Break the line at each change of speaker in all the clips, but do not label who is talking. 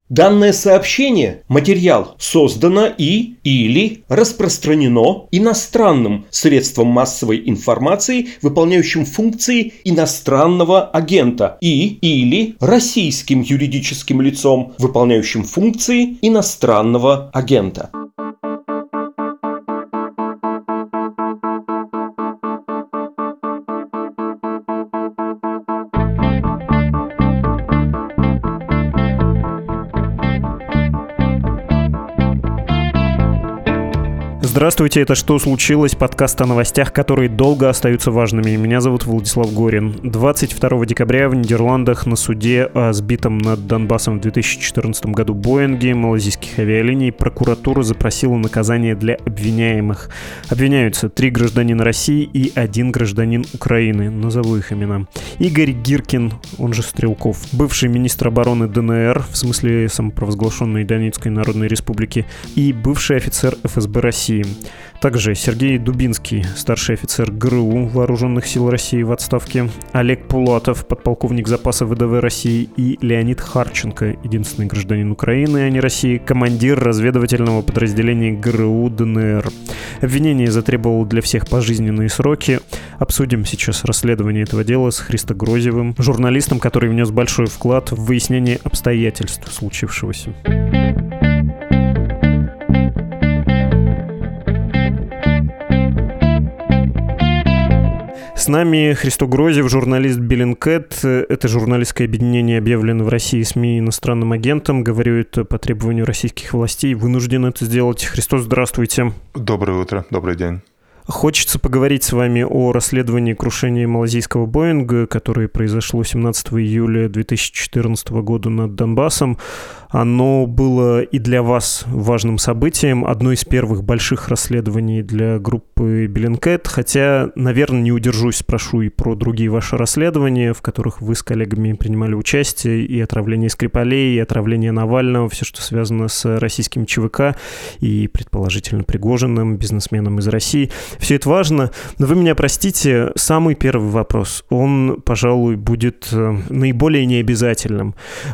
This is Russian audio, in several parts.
Данное сообщение, материал, создано или распространено иностранным средством массовой информации, выполняющим функции иностранного агента, или российским юридическим лицом, выполняющим функции иностранного агента.
Здравствуйте, это «Что случилось?» Подкаст о новостях, которые долго остаются важными. Меня зовут Владислав Горин. 22 декабря в Нидерландах на суде о сбитом над Донбассом в 2014 году Боинге малазийских авиалиний прокуратура запросила наказание для обвиняемых. Обвиняются 3 гражданина России и 1 гражданин Украины. Назову их имена. Игорь Гиркин, он же Стрелков, бывший министр обороны ДНР, в смысле самопровозглашенной Донецкой Народной Республики, и бывший офицер ФСБ России. Также Сергей Дубинский, старший офицер ГРУ Вооруженных сил России в отставке, Олег Пулатов, подполковник запаса ВДВ России, и Леонид Харченко, единственный гражданин Украины, а не России, командир разведывательного подразделения ГРУ ДНР. Обвинение затребовало для всех пожизненные сроки. Обсудим сейчас расследование этого дела с Христо Грозевым, журналистом, который внес большой вклад в выяснение обстоятельств случившегося. С нами Христо Грозев, журналист Bellingcat. Это журналистское объединение объявлено в России СМИ иностранным агентом. Говорю это по требованию российских властей. Вынужден это сделать. Христос, здравствуйте.
Доброе утро, добрый день.
Хочется поговорить с вами о расследовании крушения малазийского Боинга, которое произошло 17 июля 2014 года над Донбассом. Оно было и для вас важным событием, одно из первых больших расследований для группы Bellingcat, хотя, наверное, не удержусь, спрошу и про другие ваши расследования, в которых вы с коллегами принимали участие, и отравление Скрипалей, и отравление Навального, все, что связано с российским ЧВК и, предположительно, Пригожиным, бизнесменом из России. Все это важно, но вы меня простите, самый первый вопрос, он, пожалуй, будет наиболее необязательным.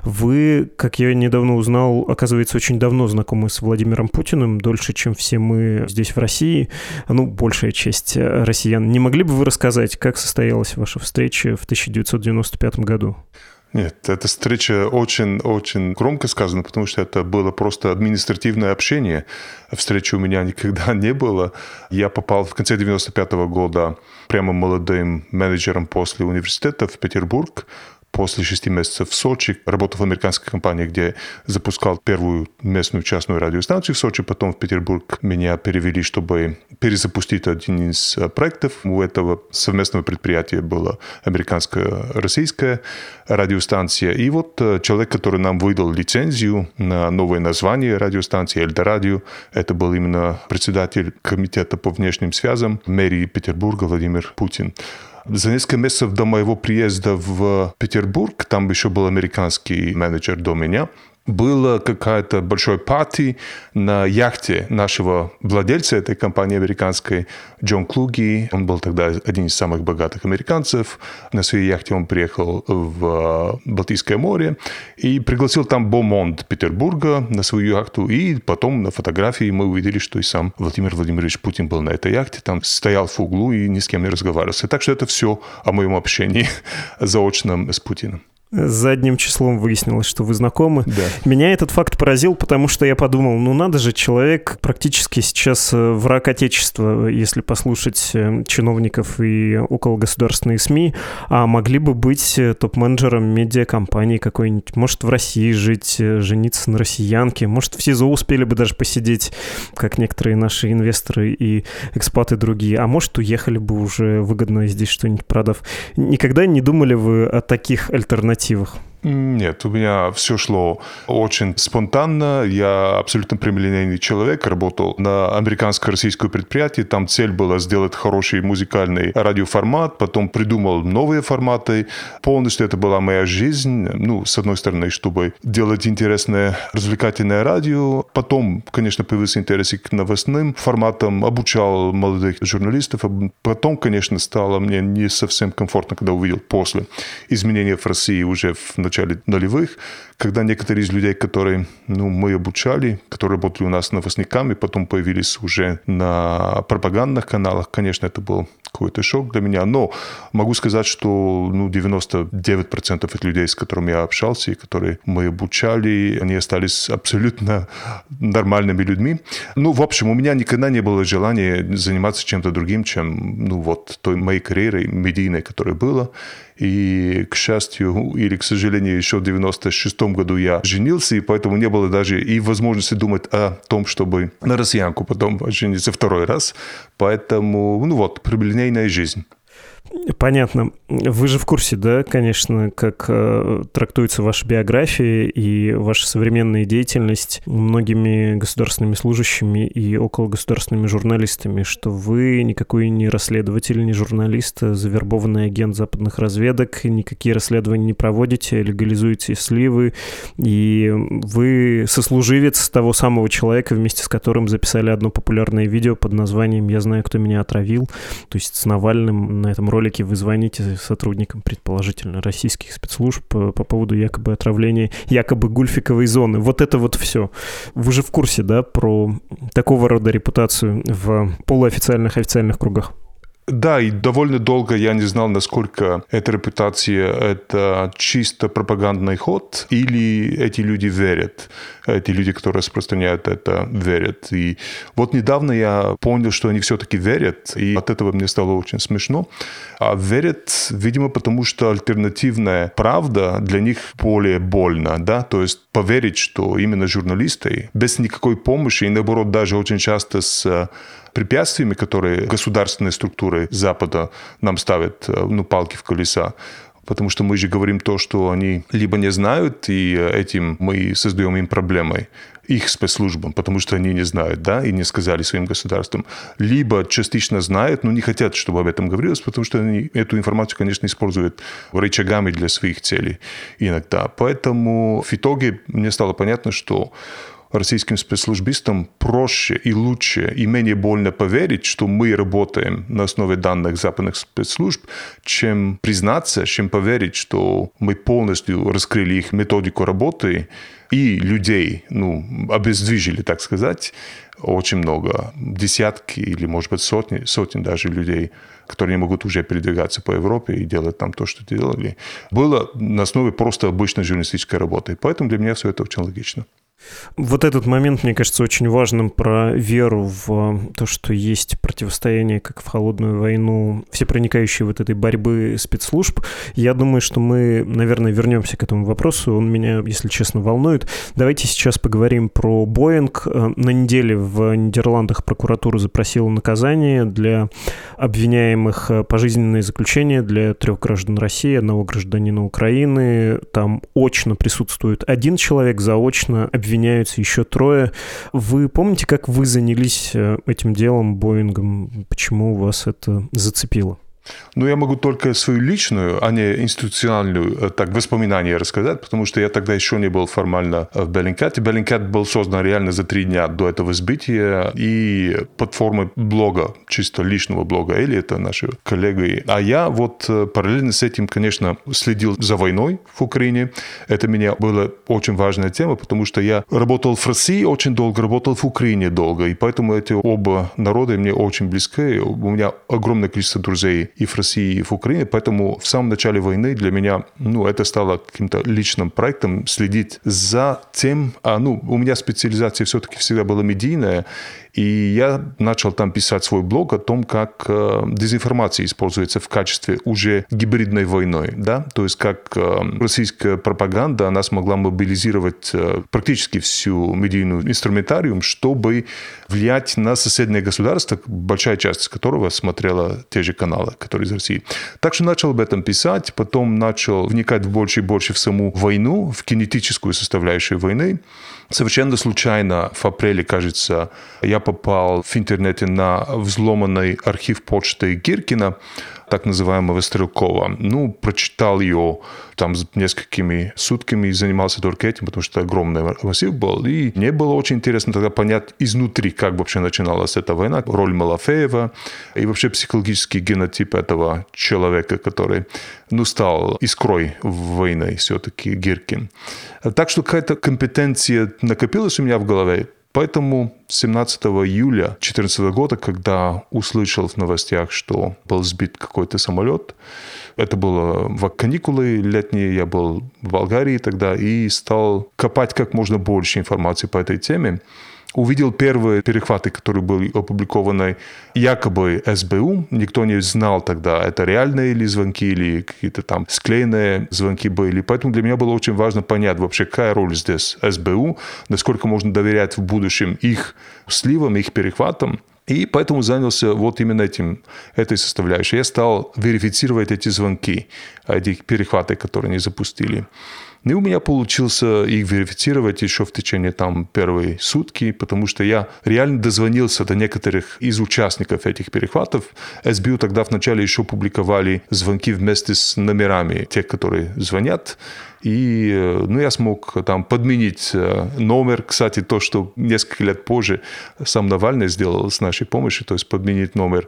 Вы, как я недавно узнал, оказывается, очень давно знакомы с Владимиром Путиным, дольше, чем все мы здесь в России, большая часть россиян. Не могли бы вы рассказать, как состоялась ваша встреча в 1995 году?
Нет, эта встреча очень громко сказана, потому что это было просто административное общение. Встречи у меня никогда не было. Я попал в конце 1995 года прямо молодым менеджером после университета в Петербург. После 6 месяцев в Сочи работал в американской компании, где запускал первую местную частную радиостанцию в Сочи. Потом в Петербург меня перевели, чтобы перезапустить один из проектов. У этого совместного предприятия была американская российская радиостанция. И вот человек, который нам выдал лицензию на новое название радиостанции «Эльдорадио», это был именно председатель комитета по внешним связям мэрии Петербурга Владимир Путин. За несколько месяцев до моего приезда в Петербург, там еще был американский менеджер до меня, была какая-то большая пати на яхте нашего владельца этой компании американской, Джон Клуги. Он был тогда один из самых богатых американцев. На своей яхте он приехал в Балтийское море и пригласил там бомонд Петербурга на свою яхту. И потом на фотографии мы увидели, что и сам Владимир Владимирович Путин был на этой яхте. Там стоял в углу и ни с кем не разговаривал. Так что это все о моем общении заочном с Путиным.
Задним числом выяснилось, что вы знакомы.
Да.
Меня этот факт поразил, потому что я подумал, надо же, человек практически сейчас враг Отечества, если послушать чиновников и окологосударственные СМИ, а могли бы быть топ-менеджером медиакомпании какой-нибудь, может, в России жить, жениться на россиянке, может, в СИЗО успели бы даже посидеть, как некоторые наши инвесторы и экспаты другие, а может, уехали бы уже выгодно здесь что-нибудь продав. Никогда не думали вы о таких альтернативах?
Нет, у меня все шло очень спонтанно. Я абсолютно прямолинейный человек, работал на американско-российское предприятие. Там цель была сделать хороший музыкальный радиоформат, потом придумал новые форматы. Полностью это была моя жизнь. С одной стороны, чтобы делать интересное, развлекательное радио. Потом, конечно, появился интерес к новостным форматам, обучал молодых журналистов. Потом, конечно, стало мне не совсем комфортно, когда увидел после изменения в России уже в начале нулевых, когда некоторые из людей, которые мы обучали, которые работали у нас новостниками, потом появились уже на пропагандных каналах, конечно, это был какой-то шок для меня. Но могу сказать, что 99% из людей, с которыми я общался и которые мы обучали, они остались абсолютно нормальными людьми. В общем, у меня никогда не было желания заниматься чем-то другим, чем той моей карьерой медийной, которая была. И, к счастью или, к сожалению, еще в 96-м году я женился, и поэтому не было даже и возможности думать о том, чтобы на россиянку потом жениться второй раз. Поэтому, прямолинейная жизнь.
Понятно. Вы же в курсе, да, конечно, как трактуется ваша биография и ваша современная деятельность многими государственными служащими и окологосударственными журналистами, что вы никакой не расследователь, не журналист, а завербованный агент западных разведок, никакие расследования не проводите, легализуете сливы, и вы сослуживец того самого человека, вместе с которым записали одно популярное видео под названием «Я знаю, кто меня отравил», то есть с Навальным. На этом ролике вы звоните сотрудникам, предположительно, российских спецслужб по поводу якобы отравления, якобы гульфиковой зоны. Вот это вот все. Вы же в курсе, да, про такого рода репутацию в полуофициальных, официальных кругах?
Да, и довольно долго я не знал, насколько эта репутация – это чисто пропагандный ход, или эти люди верят, эти люди, которые распространяют это, верят. И вот недавно я понял, что они все-таки верят, и от этого мне стало очень смешно. А верят, видимо, потому что альтернативная правда для них более больна, да, то есть поверить, что именно журналисты без никакой помощи, и наоборот, даже очень часто с препятствиями, которые государственные структуры Запада нам ставят, палки в колеса. Потому что мы же говорим то, что они либо не знают, и этим мы создаем им проблемы, их спецслужбам, потому что они не знают, да, и не сказали своим государствам. Либо частично знают, но не хотят, чтобы об этом говорилось, потому что они эту информацию, конечно, используют рычагами для своих целей иногда. Поэтому в итоге мне стало понятно, что российским спецслужбистам проще и лучше и менее больно поверить, что мы работаем на основе данных западных спецслужб, чем признаться, чем поверить, что мы полностью раскрыли их методику работы и людей, обездвижили, так сказать, очень много, десятки или, может быть, сотни даже людей, которые не могут уже передвигаться по Европе и делать там то, что делали, было на основе просто обычной журналистической работы. Поэтому для меня все это очень логично.
Вот этот момент, мне кажется, очень важным про веру в то, что есть противостояние, как в холодную войну, всепроникающей вот этой борьбы спецслужб. Я думаю, что мы, наверное, вернемся к этому вопросу. Он меня, если честно, волнует. Давайте сейчас поговорим про Боинг. На неделе в Нидерландах прокуратура запросила наказание для обвиняемых, пожизненное заключение для 3 граждан России, 1 гражданина Украины. Там очно присутствует 1 человек, заочно обвиняются еще 3. Вы помните, как вы занялись этим делом, Боингом? Почему вас это зацепило?
Я могу только свою личную, а не институциональную воспоминания рассказать, потому что я тогда еще не был формально в Bellingcat. Bellingcat был создан реально за 3 дня до этого сбития, и под формой блога, чисто личного блога, или это наши коллеги. А я параллельно с этим, конечно, следил за войной в Украине. Это для меня была очень важная тема, потому что я работал в России очень долго, работал в Украине долго, и поэтому эти оба народа мне очень близки. У меня огромное количество друзей и в России, и в Украине. Поэтому в самом начале войны для меня, это стало каким-то личным проектом следить за тем, у меня специализация все-таки всегда была медийная, и я начал там писать свой блог о том, как дезинформация используется в качестве уже гибридной войны, да, то есть как российская пропаганда, она смогла мобилизировать практически всю медийную инструментариум, чтобы влиять на соседние государства, большая часть которого смотрела те же каналы, которые из России. Так что начал об этом писать, потом начал вникать больше и больше в саму войну, в кинетическую составляющую войны. Совершенно случайно в апреле, кажется, я попал в интернете на взломанный архив почты Гиркина. так называемого Стрелкова. Прочитал ее там с несколькими сутками и занимался только этим, потому что огромный массив был. И мне было очень интересно тогда понять изнутри, как вообще начиналась эта война, роль Малафеева и вообще психологический генотип этого человека, который, стал искрой войны все-таки Гиркин. Так что какая-то компетенция накопилась у меня в голове. Поэтому 17 июля 2014 года, когда услышал в новостях, что был сбит какой-то самолет, это было в каникулы летние, я был в Болгарии тогда, и стал копать как можно больше информации по этой теме. Увидел первые перехваты, которые были опубликованы якобы СБУ. Никто не знал тогда, это реальные ли звонки или какие-то там склеенные звонки были. Поэтому для меня было очень важно понять вообще, какая роль здесь СБУ, насколько можно доверять в будущем их сливам, их перехватам. И поэтому занялся вот именно этой составляющей. Я стал верифицировать эти звонки, эти перехваты, которые они запустили. И у меня получилось их верифицировать еще в течение первой сутки, потому что я реально дозвонился до некоторых из участников этих перехватов. СБУ тогда вначале еще публиковали звонки вместе с номерами тех, которые звонят. И я смог там подменить номер. Кстати, то, что несколько лет позже сам Навальный сделал с нашей помощью, то есть подменить номер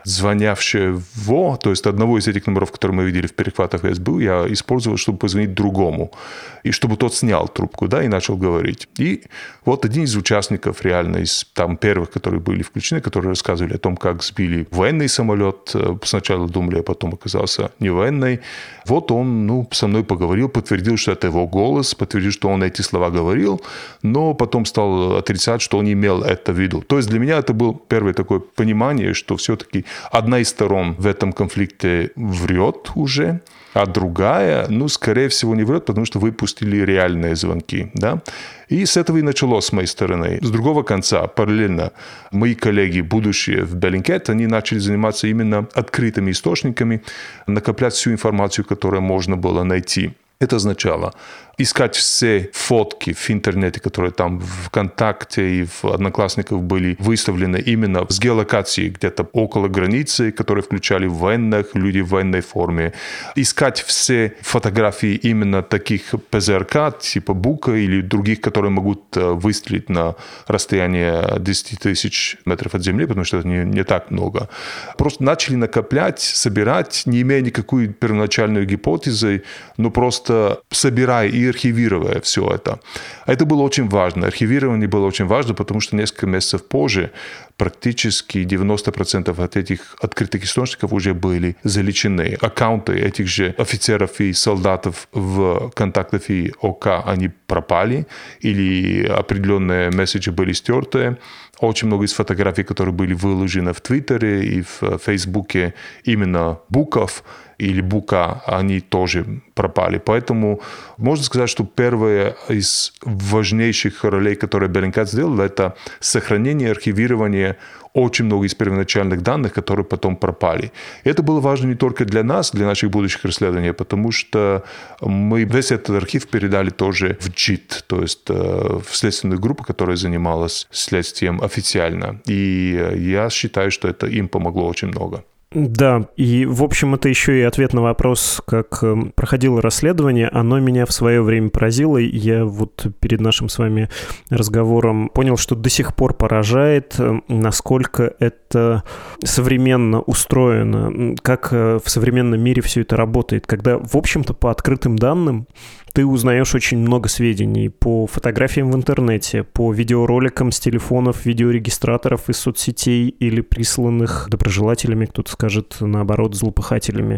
звонявшего, то есть одного из этих номеров, которые мы видели в перехватах СБУ, я использовал, чтобы позвонить другому. И чтобы тот снял трубку, и начал говорить. И вот один из участников, реально из первых, которые были включены, которые рассказывали о том, как сбили военный самолет. Сначала думали, а потом оказался не военный. Вот он со мной поговорил, подтвердил, что это его голос, подтвердил, что он эти слова говорил, но потом стал отрицать, что он имел это в виду. То есть для меня это было первое такое понимание, что все-таки одна из сторон в этом конфликте врет уже, а другая, скорее всего, не врет, потому что выпустили реальные звонки. Да? И с этого и началось с моей стороны. С другого конца, параллельно, мои коллеги, будущие в Bellingcat, они начали заниматься именно открытыми источниками, накоплять всю информацию, которую можно было найти. Это означало искать все фотки в интернете, которые там в ВКонтакте и в Одноклассниках были выставлены именно с геолокацией где-то около границы, которые включали военных, люди в военной форме. Искать все фотографии именно таких ПЗРК, типа Бука или других, которые могут выстрелить на расстояние 10 тысяч метров от земли, потому что это не так много. Просто начали накоплять, собирать, не имея никакой первоначальной гипотезы, но просто собирая и архивируя все это. Это было очень важно. Архивирование было очень важно, потому что несколько месяцев позже практически 90% от этих открытых источников уже были заличены. Аккаунты этих же офицеров и солдатов в контактах и ОК, они пропали, или определенные месседжи были стерты. Очень много из фотографий, которые были выложены в Твиттере и в Фейсбуке, именно Буков или Бука, они тоже пропали. Поэтому можно сказать, что первая из важнейших ролей, которые Bellingcat сделал, это сохранение, архивирование очень много из первоначальных данных, которые потом пропали. И это было важно не только для нас, для наших будущих расследований, потому что мы весь этот архив передали тоже в ДЖИТ, то есть в следственную группу, которая занималась следствием официально. И я считаю, что это им помогло очень много.
Да, и, в общем, это еще и ответ на вопрос, как проходило расследование. Оно меня в свое время поразило. Я вот перед нашим с вами разговором понял, что до сих пор поражает, насколько это современно устроено, как в современном мире все это работает, когда, в общем-то, по открытым данным ты узнаешь очень много сведений по фотографиям в интернете, по видеороликам с телефонов, видеорегистраторов из соцсетей или присланных доброжелателями, кто-то скажет, наоборот, злопыхателями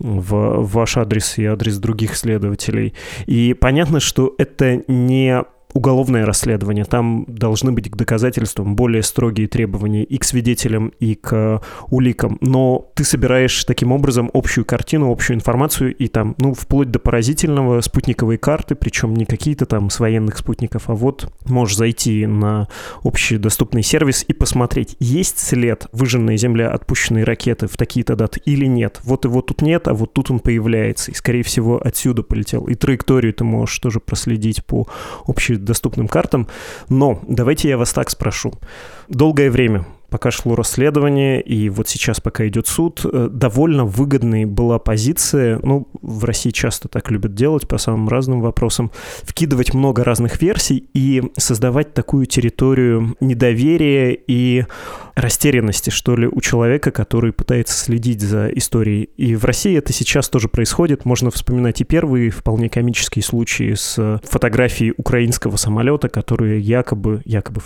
в ваш адрес и адрес других следователей. И понятно, что это не уголовное расследование. Там должны быть к доказательствам более строгие требования и к свидетелям, и к уликам. Но ты собираешь таким образом общую картину, общую информацию, и там, вплоть до поразительного спутниковой карты, причем не какие-то там с военных спутников, а вот можешь зайти на общедоступный сервис и посмотреть, есть след выжженной земля отпущенной ракеты в такие-то даты или нет. Вот его тут нет, а вот тут он появляется, и, скорее всего, отсюда полетел. И траекторию ты можешь тоже проследить по общедоступным картам. Но давайте я вас так спрошу. Долгое время пока шло расследование, и вот сейчас, пока идет суд, довольно выгодной была позиция, в России часто так любят делать по самым разным вопросам, вкидывать много разных версий и создавать такую территорию недоверия и растерянности, что ли, у человека, который пытается следить за историей. И в России это сейчас тоже происходит. Можно вспоминать и первые вполне комические случаи с фотографией украинского самолета, который якобы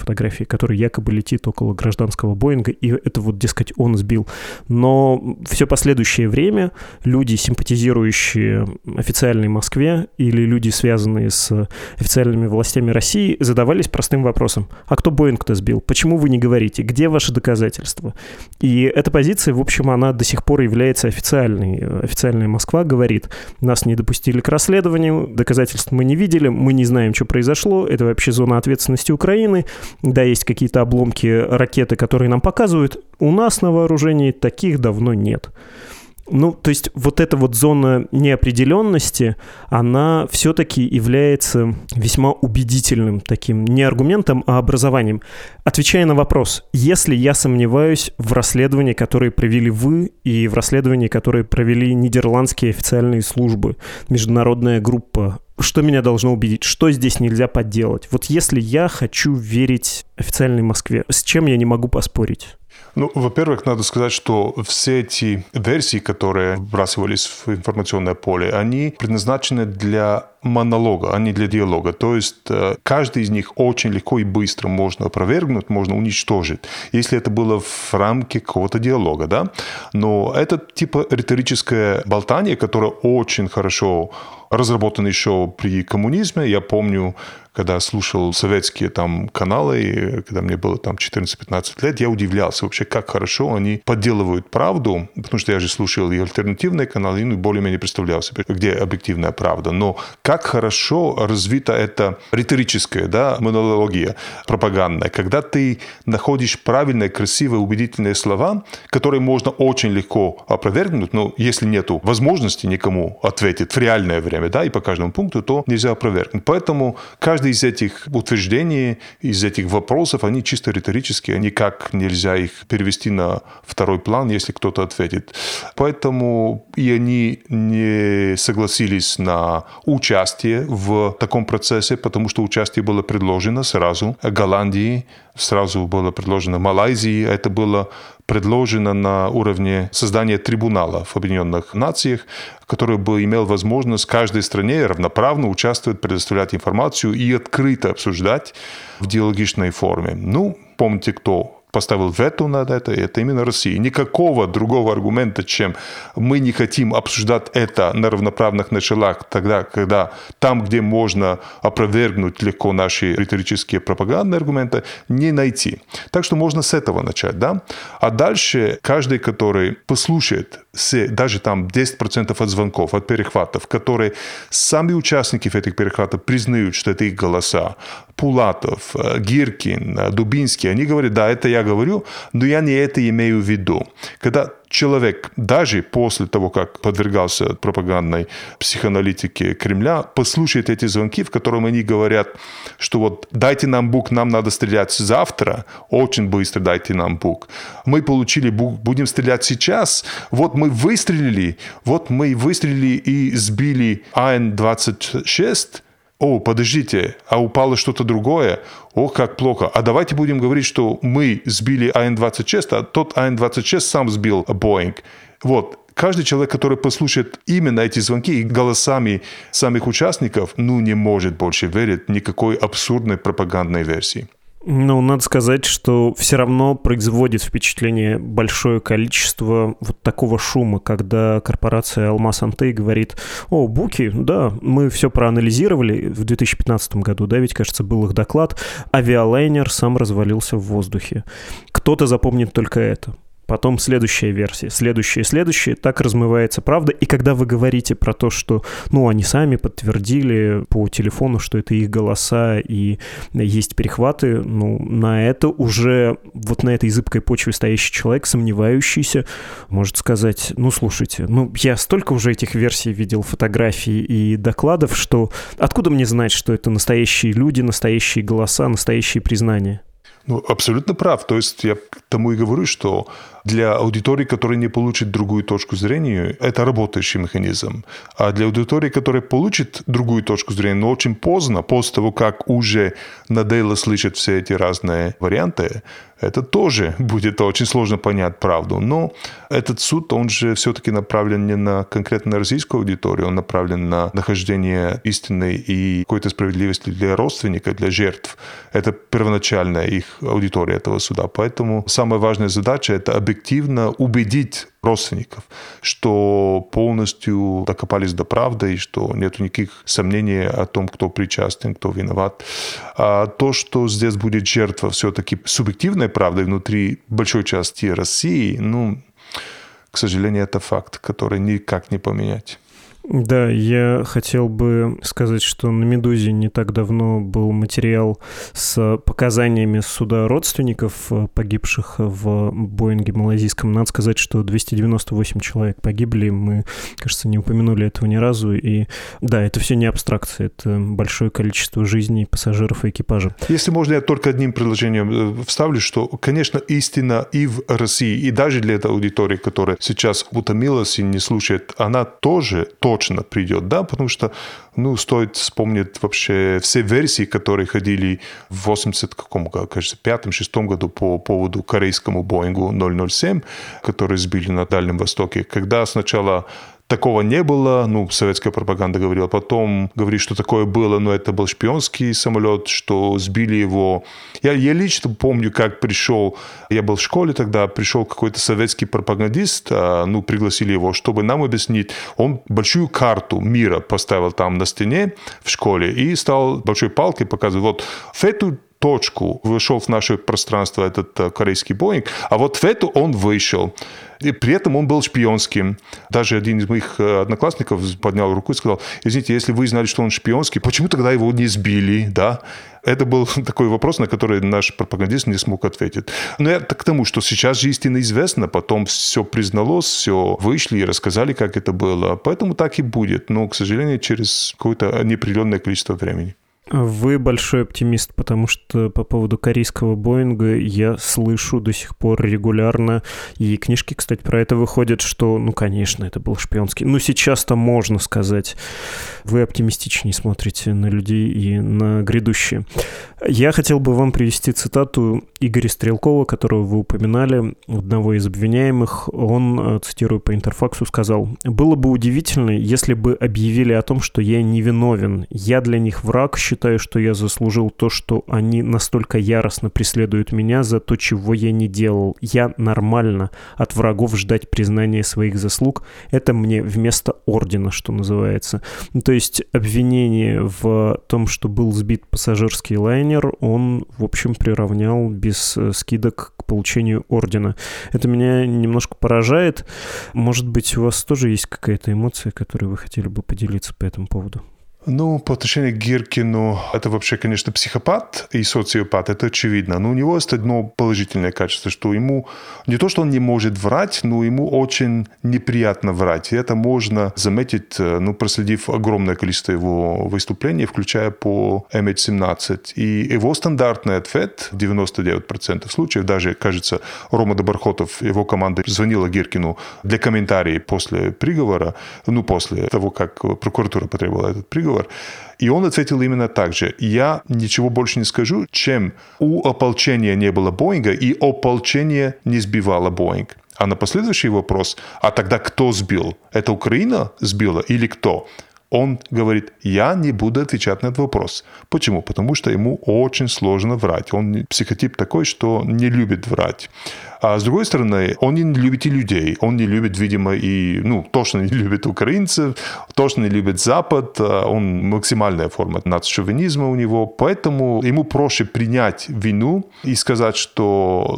летит около гражданского Боинга, и это вот, дескать, он сбил. Но все последующее время люди, симпатизирующие официальной Москве или люди, связанные с официальными властями России, задавались простым вопросом: а кто Боинг-то сбил? Почему вы не говорите? Где ваши доказательства? И эта позиция, в общем, она до сих пор является официальной. Официальная Москва говорит: нас не допустили к расследованию, доказательств мы не видели, мы не знаем, что произошло, это вообще зона ответственности Украины, да, есть какие-то обломки ракеты, которые нам показывают, у нас на вооружении таких давно нет. То есть вот эта вот зона неопределенности, она все-таки является весьма убедительным таким не аргументом, а образованием. Отвечая на вопрос, если я сомневаюсь в расследовании, которое провели вы, и в расследовании, которое провели нидерландские официальные службы, международная группа, что меня должно убедить? Что здесь нельзя подделать? Вот если я хочу верить официальной Москве, с чем я не могу поспорить?
Во-первых, надо сказать, что все эти версии, которые вбрасывались в информационное поле, они предназначены для монолога, а не для диалога. То есть каждый из них очень легко и быстро можно опровергнуть, можно уничтожить, если это было в рамке какого-то диалога, да? Но это типа риторическое болтание, которое очень хорошо разработано еще при коммунизме. Я помню, когда слушал советские каналы, когда мне было 14-15 лет, я удивлялся вообще, как хорошо они подделывают правду, потому что я же слушал и альтернативные каналы, и более-менее представлял себе, где объективная правда. Но как хорошо развита эта риторическая, монология пропагандная, когда ты находишь правильные, красивые, убедительные слова, которые можно очень легко опровергнуть, но если нету возможности никому ответить в реальное время, и по каждому пункту, то нельзя опровергнуть. Поэтому каждый из этих утверждений, из этих вопросов, они чисто риторические, никак нельзя их перевести на второй план, если кто-то ответит. Поэтому и они не согласились на участие в таком процессе, потому что участие было предложено сразу Голландии, сразу было предложено Малайзии, это было предложено на уровне создания трибунала в Объединенных Нациях, который бы имел возможность каждой стране равноправно участвовать, предоставлять информацию и открыто обсуждать в диалогичной форме. Помните, кто поставил вето на это именно Россия. Никакого другого аргумента, чем мы не хотим обсуждать это на равноправных началах, тогда, когда там, где можно опровергнуть легко наши риторические пропагандные аргументы, не найти. Так что можно с этого начать, да? А дальше каждый, который послушает даже 10% от звонков, от перехватов, которые сами участники этих перехватов признают, что это их голоса, Пулатов, Гиркин, Дубинский, они говорят: да, это я говорю, но я не это имею в виду. Когда человек, даже после того, как подвергался пропагандной психоаналитике Кремля, послушает эти звонки, в которых они говорят, что дайте нам бук, нам надо стрелять завтра, очень быстро дайте нам бук. Мы получили бук, будем стрелять сейчас. Мы выстрелили и сбили Ан-26. Подождите, а упало что-то другое? Как плохо. А давайте будем говорить, что мы сбили Ан-26, а тот Ан-26 сам сбил Боинг. Каждый человек, который послушает именно эти звонки и голосами самих участников, не может больше верить никакой абсурдной пропагандной версии.
Надо сказать, что все равно производит впечатление большое количество такого шума, когда корпорация Алмаз Антей говорит: буки, да, мы все проанализировали в 2015 году, ведь, кажется, был их доклад, авиалайнер сам развалился в воздухе. Кто-то запомнит только это. Потом следующая версия, следующая, так размывается правда. И когда вы говорите про то, что, они сами подтвердили по телефону, что это их голоса и есть перехваты, на это уже, на этой зыбкой почве стоящий человек, сомневающийся, может сказать: слушайте, я столько уже этих версий видел, фотографий и докладов, что откуда мне знать, что это настоящие люди, настоящие голоса, настоящие признания?
Ну, абсолютно прав. То есть я к тому и говорю, что для аудитории, которая не получит другую точку зрения, это работающий механизм. А для аудитории, которая получит другую точку зрения, но очень поздно, после того, как уже надоело слышать все эти разные варианты, это тоже будет очень сложно понять правду. Но этот суд, он же все-таки направлен не на конкретно российскую аудиторию, он направлен на нахождение истины и какой-то справедливости для родственников, для жертв. Это первоначальная их аудитория этого суда. Поэтому самая важная задача – это объективно убедить родственников, что полностью докопались до правды и что нет никаких сомнений о том, кто причастен, кто виноват. А то, что здесь будет жертва все-таки субъективной правдой внутри большой части России, к сожалению, это факт, который никак не поменять.
Да, я хотел бы сказать, что на «Медузе» не так давно был материал с показаниями суда родственников погибших в «Боинге» малайзийском. Надо сказать, что 298 человек погибли. Мы, кажется, не упомянули этого ни разу. И да, это все не абстракция, это большое количество жизней пассажиров и экипажа.
Если можно, я только одним предложением вставлю, что, конечно, истина и в России, и даже для этой аудитории, которая сейчас утомилась и не слушает, она тоже точно придет, да, потому что, стоит вспомнить вообще все версии, которые ходили в 85-6 году по поводу корейскому Боингу 007, который сбили на Дальнем Востоке, когда сначала такого не было, советская пропаганда говорила, потом говорит, что такое было, но это был шпионский самолет, что сбили его. Я лично помню, как пришел, я был в школе тогда, пришел какой-то советский пропагандист, пригласили его, чтобы нам объяснить. Он большую карту мира поставил там на стене в школе и стал большой палкой показывать, вот в эту точку вышел в наше пространство этот корейский Боинг, а вот в эту он вышел. И при этом он был шпионским. Даже один из моих одноклассников поднял руку и сказал: извините, если вы знали, что он шпионский, почему тогда его не сбили, да? Это был такой вопрос, на который наш пропагандист не смог ответить. Но это к тому, что сейчас же истина известна, потом все призналось, все вышли и рассказали, как это было. Поэтому так и будет, но, к сожалению, через какое-то неопределенное количество времени.
Вы большой оптимист, потому что по поводу корейского Боинга я слышу до сих пор регулярно, и книжки, кстати, про это выходят, что, конечно, это был шпионский. Сейчас-то можно сказать. Вы оптимистичнее смотрите на людей и на грядущее. Я хотел бы вам привести цитату Игоря Стрелкова, которого вы упоминали, одного из обвиняемых. Он, цитирую по Интерфаксу, сказал: «Было бы удивительно, если бы объявили о том, что я невиновен. Я для них враг, считаю, что я заслужил то, что они настолько яростно преследуют меня за то, чего я не делал. Я нормально от врагов ждать признания своих заслуг. Это мне вместо ордена, что называется». То есть обвинение в том, что был сбит пассажирский лайнер, он, в общем, приравнял без скидок к получению ордена. Это меня немножко поражает. Может быть, у вас тоже есть какая-то эмоция, которой вы хотели бы поделиться по этому поводу?
По отношению к Гиркину, это вообще, конечно, психопат и социопат, это очевидно. Но у него есть одно положительное качество, что ему не то, что он не может врать, но ему очень неприятно врать. И это можно заметить, проследив огромное количество его выступлений, включая по MH17. И его стандартный ответ в 99% случаев, даже, кажется, Рома Доброхотов, его команда звонила Гиркину для комментариев после приговора, после того, как прокуратура потребовала этот приговор, и он ответил именно так же: я ничего больше не скажу, чем у ополчения не было Боинга, и ополчение не сбивало Боинг. А на последующий вопрос: а тогда кто сбил? Это Украина сбила или кто? Он говорит: я не буду отвечать на этот вопрос. Почему? Потому что ему очень сложно врать. Он психотип такой, что не любит врать. А с другой стороны, он не любит и людей. Он не любит, видимо, точно не любит украинцев, точно не любит Запад. Он максимальная форма нацшовинизма у него. Поэтому ему проще принять вину и сказать, что,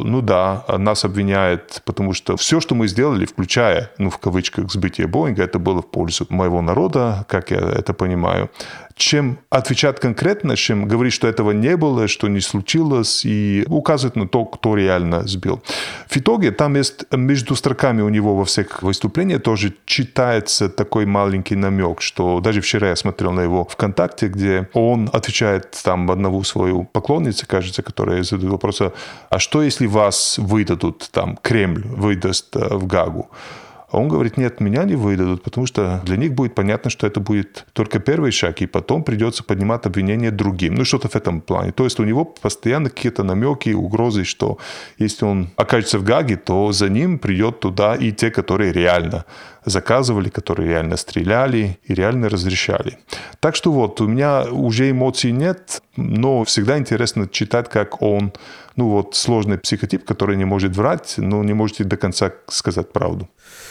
нас обвиняют, потому что все, что мы сделали, включая, в кавычках, сбитие Боинга, это было в пользу моего народа, как я это понимаю, чем отвечать конкретно, чем говорить, что этого не было, что не случилось, и указывать на то, кто реально сбил. В итоге там есть между строками у него во всех выступлениях тоже читается такой маленький намек, что даже вчера я смотрел на его ВКонтакте, где он отвечает там одному свою поклонницу, кажется, которая задает вопрос, а что если вас выдадут, там Кремль выдаст в Гаагу? А он говорит, нет, меня не выдадут, потому что для них будет понятно, что это будет только первый шаг, и потом придется поднимать обвинения другим. Ну, что-то в этом плане. То есть у него постоянно какие-то намеки, угрозы, что если он окажется в Гааге, то за ним придет туда и те, которые реально заказывали, которые реально стреляли и реально разрешали. Так что вот, у меня уже эмоций нет, но всегда интересно читать, как он, сложный психотип, который не может врать, но не может до конца сказать правду.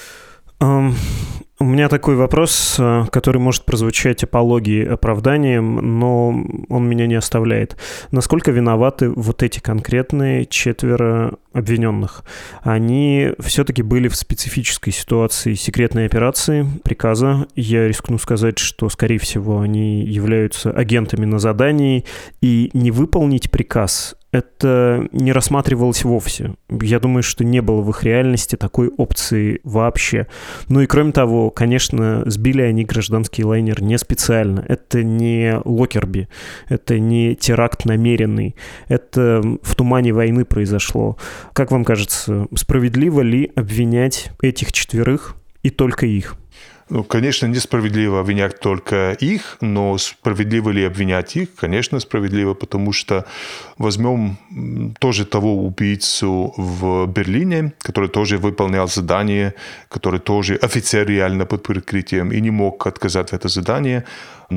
У меня такой вопрос, который может прозвучать апологией, оправданием, но он меня не оставляет. Насколько виноваты вот эти конкретные 4 обвиненных? Они все-таки были в специфической ситуации секретной операции, приказа. Я рискну сказать, что, скорее всего, они являются агентами на задании, и не выполнить приказ — это не рассматривалось вовсе. Я думаю, что не было в их реальности такой опции вообще. Ну и кроме того, конечно, сбили они гражданский лайнер не специально. Это не Локерби, это не теракт намеренный. Это в тумане войны произошло. Как вам кажется, справедливо ли обвинять этих 4 и только их?
Конечно, несправедливо обвинять только их, но справедливо ли обвинять их? Конечно, справедливо, потому что возьмем тоже того убийцу в Берлине, который тоже выполнял задание, который тоже офицер реально под прикрытием и не мог отказать в это задание.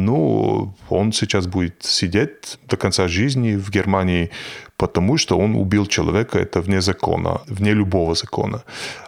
Он сейчас будет сидеть до конца жизни в Германии, потому что он убил человека, это вне закона, вне любого закона.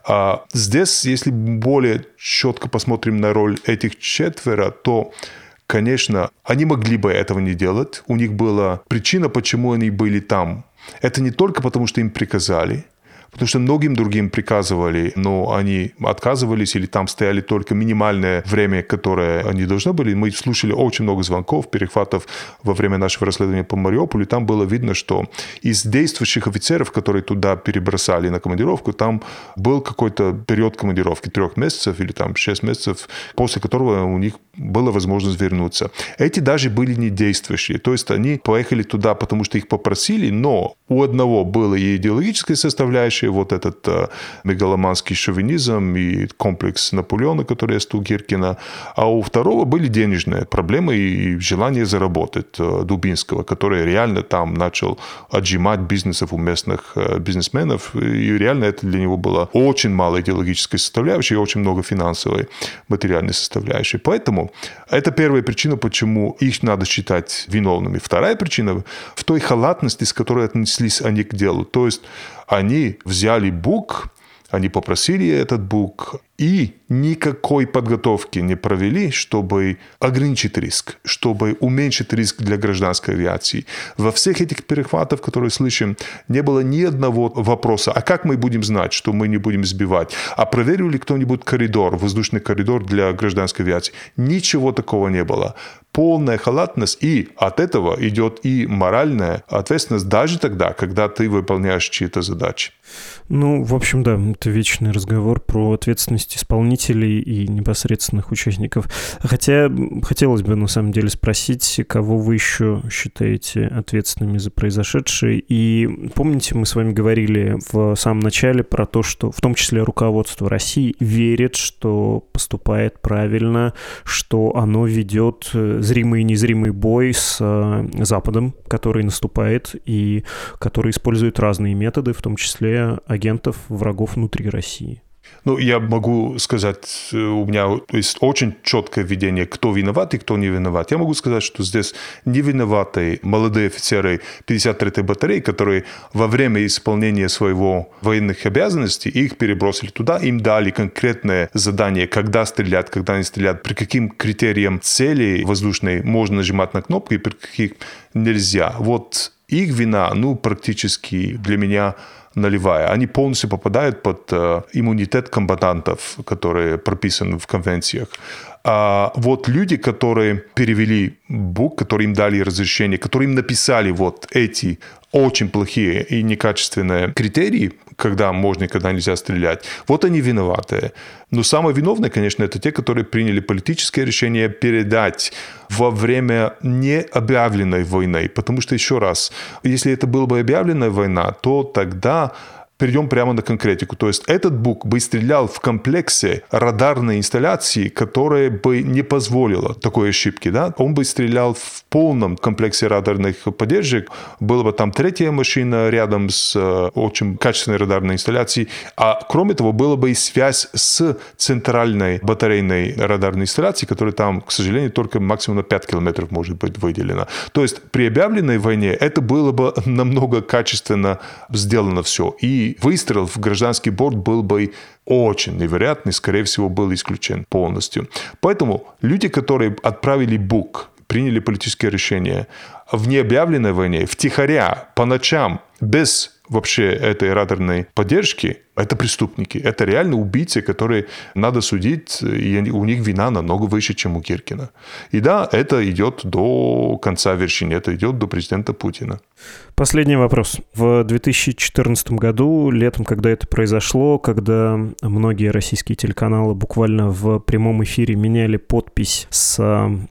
А здесь, если более четко посмотрим на роль этих 4, то, конечно, они могли бы этого не делать. У них была причина, почему они были там. Это не только потому, что им приказали, потому что многим другим приказывали, но они отказывались или там стояли только минимальное время, которое они должны были. Мы слушали очень много звонков, перехватов во время нашего расследования по Мариуполю. Там было видно, что из действующих офицеров, которые туда перебросали на командировку, там был какой-то период командировки 3 месяцев или там 6 месяцев, после которого у них была возможность вернуться. Эти даже были не действующие. То есть они поехали туда, потому что их попросили, но у одного была и идеологическая составляющая, вот этот мегаломанский шовинизм и комплекс Наполеона, который есть у Гиркина, а у второго были денежные проблемы и желание заработать Дубинского, который реально там начал отжимать бизнесов у местных бизнесменов, и реально это для него было очень мало идеологической составляющей и очень много финансовой, материальной составляющей. Поэтому это первая причина, почему их надо считать виновными. Вторая причина в той халатности, с которой отнеслись они к делу. То есть они взяли бук, они попросили этот бук и никакой подготовки не провели, чтобы ограничить риск, чтобы уменьшить риск для гражданской авиации. Во всех этих перехватах, которые слышим, не было ни одного вопроса, а как мы будем знать, что мы не будем сбивать? А проверил ли кто-нибудь коридор, воздушный коридор для гражданской авиации? Ничего такого не было. Полная халатность, и от этого идет и моральная ответственность даже тогда, когда ты выполняешь чьи-то задачи.
В общем, да, это вечный разговор про ответственность исполнителей и непосредственных участников. Хотя хотелось бы, на самом деле, спросить, кого вы еще считаете ответственными за произошедшее. И помните, мы с вами говорили в самом начале про то, что в том числе руководство России верит, что поступает правильно, что оно ведет зримый и незримый бой с Западом, который наступает и который использует разные методы, в том числе агентов врагов внутри России.
Я могу сказать, у меня есть очень четкое видение, кто виноват и кто не виноват. Я могу сказать, что здесь не виноваты молодые офицеры 53-й батареи, которые во время исполнения своего военных обязанностей их перебросили туда, им дали конкретное задание, когда стрелять, когда не стрелять, при каким критериям цели воздушной можно нажимать на кнопку и при каких нельзя. Вот их вина, практически для меня нулевая. Они полностью попадают под иммунитет комбатантов, которые прописаны в конвенциях. А вот люди, которые перевели бук, которые им дали разрешение, которые им написали вот эти очень плохие и некачественные критерии, когда можно и когда нельзя стрелять, вот они виноваты. Но самые виновные, конечно, это те, которые приняли политическое решение передать во время необъявленной войны. Потому что, еще раз, если это была бы объявленная война, то тогда перейдем прямо на конкретику. То есть этот бук бы стрелял в комплексе радарной инсталляции, которая бы не позволила такой ошибки. Да? Он бы стрелял в полном комплексе радарных поддержек. Была бы там третья машина рядом с очень качественной радарной инсталляцией. А кроме того, была бы и связь с центральной батарейной радарной инсталляцией, которая там, к сожалению, только максимум на 5 километров может быть выделена. То есть при объявленной войне это было бы намного качественно сделано все. И выстрел в гражданский борт был бы очень невероятный, скорее всего, был исключен полностью. Поэтому люди, которые отправили бук, приняли политическое решение в необъявленной войне, втихаря, по ночам, без вообще этой радарной поддержки, это преступники. Это реально убийцы, которые надо судить, и у них вина намного выше, чем у Гиркина. И да, это идет до конца вершины, это идет до президента Путина.
Последний вопрос. В 2014 году, летом, когда это произошло, когда многие российские телеканалы буквально в прямом эфире меняли подпись с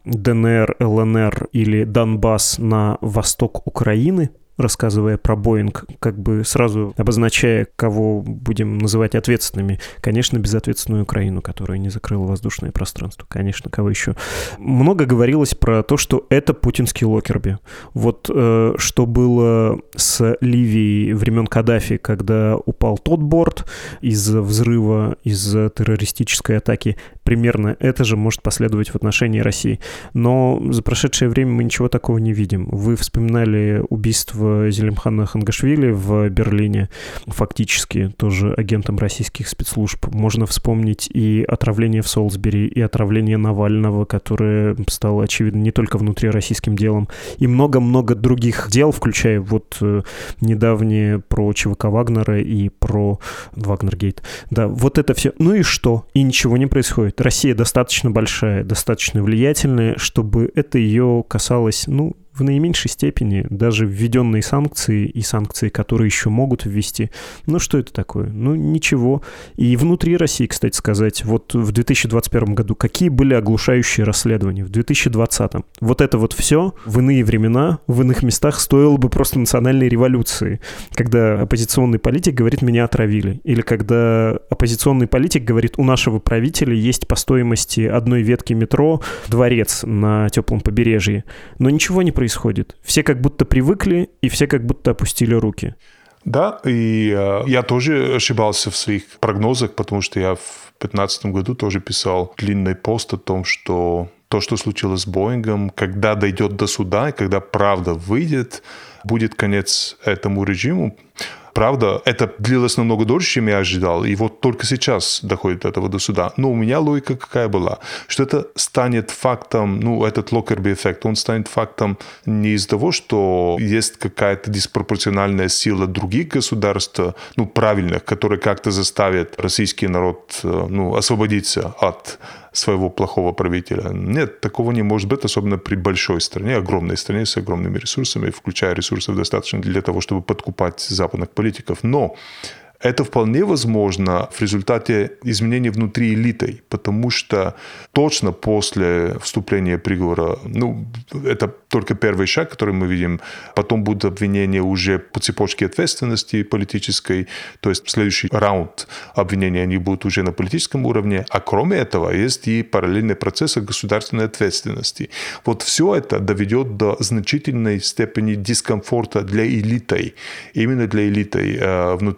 ДНР, ЛНР или Донбасс на восток Украины, рассказывая про Боинг, как бы сразу обозначая, кого будем называть ответственными. Конечно, безответственную Украину, которая не закрыла воздушное пространство. Конечно, кого еще. Много говорилось про то, что это путинский Локкерби. Вот что было с Ливией времен Каддафи, когда упал тот борт из-за взрыва, из-за террористической атаки. Примерно это же может последовать в отношении России. Но за прошедшее время мы ничего такого не видим. Вы вспоминали убийство Зелимхана Хангашвили в Берлине, фактически тоже агентом российских спецслужб. Можно вспомнить и отравление в Солсбери, и отравление Навального, которое стало, очевидно, не только внутрироссийским делом, и много-много других дел, включая вот недавнее про ЧВК Вагнера и про Вагнергейт. Да, вот это все. Ну и что? И ничего не происходит. Россия достаточно большая, достаточно влиятельная, чтобы это ее касалось, в наименьшей степени даже введенные санкции и санкции, которые еще могут ввести. Что это такое? Ничего. И внутри России, кстати сказать, вот в 2021 году какие были оглушающие расследования? В 2020. Вот это вот все в иные времена, в иных местах стоило бы просто национальной революции. Когда оппозиционный политик говорит, меня отравили. Или когда оппозиционный политик говорит, у нашего правителя есть по стоимости одной ветки метро дворец на теплом побережье. Но ничего не происходит. Все как будто привыкли, и все как будто опустили руки.
Да, и я тоже ошибался в своих прогнозах, потому что я в 2015 году тоже писал длинный пост о том, что то, что случилось с Боингом, когда дойдет до суда, и когда правда выйдет, будет конец этому режиму. Правда, это длилось намного дольше, чем я ожидал, и вот только сейчас доходит до этого до суда. Но у меня логика какая была? Что это станет фактом, этот Локкерби-эффект, он станет фактом не из-за того, что есть какая-то диспропорциональная сила других государств, правильных, которые как-то заставят российский народ, освободиться от своего плохого правителя. Нет, такого не может быть, особенно при большой стране, огромной стране с огромными ресурсами, включая ресурсов достаточно для того, чтобы подкупать западных политиков. Но это вполне возможно в результате изменений внутри элиты, потому что точно после вступления приговора, это только первый шаг, который мы видим, потом будут обвинения уже по цепочке ответственности политической, то есть следующий раунд обвинений, они будут уже на политическом уровне, а кроме этого есть и параллельный процесс государственной ответственности. Вот все это доведет до значительной степени дискомфорта для элиты, именно для элиты внутри России,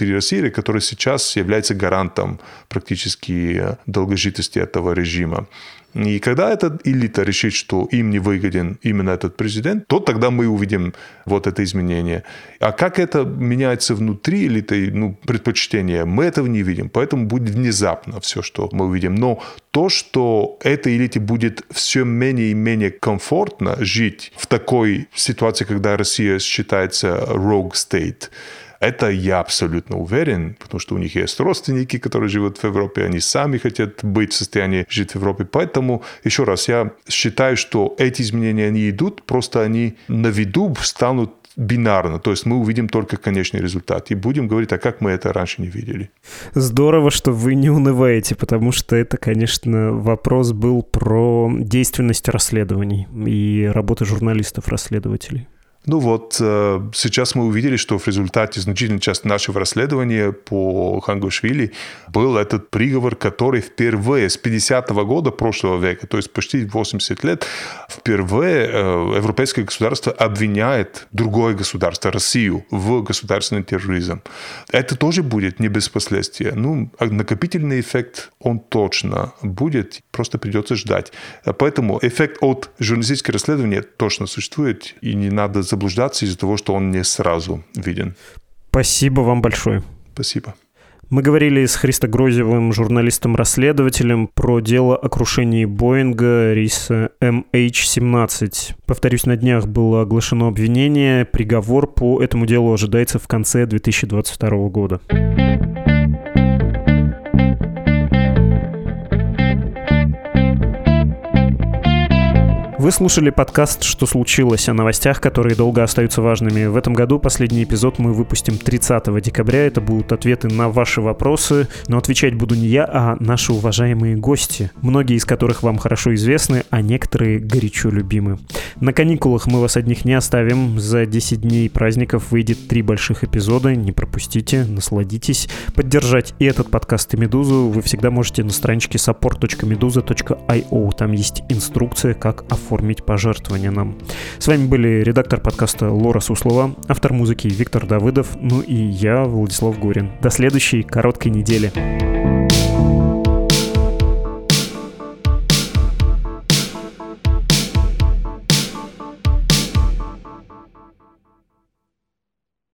Венгрия, которая сейчас является гарантом практически долгожительности этого режима. И когда эта элита решит, что им не выгоден именно этот президент, то тогда мы увидим вот это изменение. А как это меняется внутри элиты, предпочтения, мы этого не видим. Поэтому будет внезапно все, что мы увидим. Но то, что этой элите будет все менее и менее комфортно жить в такой ситуации, когда Россия считается rogue state, это я абсолютно уверен, потому что у них есть родственники, которые живут в Европе, они сами хотят быть в состоянии жить в Европе. Поэтому, еще раз, я считаю, что эти изменения, они идут, просто они на виду станут бинарно. То есть мы увидим только конечный результат. И будем говорить, а как мы это раньше не видели.
Здорово, что вы не унываете, потому что это, конечно, вопрос был про действенность расследований и работы журналистов-расследователей.
Сейчас мы увидели, что в результате значительной части нашего расследования по Хангушвили был этот приговор, который впервые с 50-го года прошлого века, то есть почти 80 лет, впервые европейское государство обвиняет другое государство, Россию, в государственный терроризм. Это тоже будет не без последствий. Накопительный эффект, он точно будет, просто придется ждать. Поэтому эффект от журналистического расследования точно существует, и не надо заблуждаться из-за того, что он не сразу виден.
Спасибо вам большое.
Спасибо.
Мы говорили с Христо Грозевым, журналистом-расследователем, про дело о крушении Боинга рейса MH17. Повторюсь, на днях было оглашено обвинение. Приговор по этому делу ожидается в конце 2022 года. Вы слушали подкаст «Что случилось?» о новостях, которые долго остаются важными. В этом году последний эпизод мы выпустим 30 декабря. Это будут ответы на ваши вопросы. Но отвечать буду не я, а наши уважаемые гости, многие из которых вам хорошо известны, а некоторые горячо любимы. На каникулах мы вас одних не оставим. За 10 дней праздников выйдет 3 больших эпизода. Не пропустите, насладитесь. Поддержать и этот подкаст, и «Медузу» вы всегда можете на страничке support.meduza.io. Там есть инструкция, как оформить пожертвования нам. С вами были редактор подкаста Лора Суслова, автор музыки Виктор Давыдов, и я, Владислав Горин. До следующей короткой недели.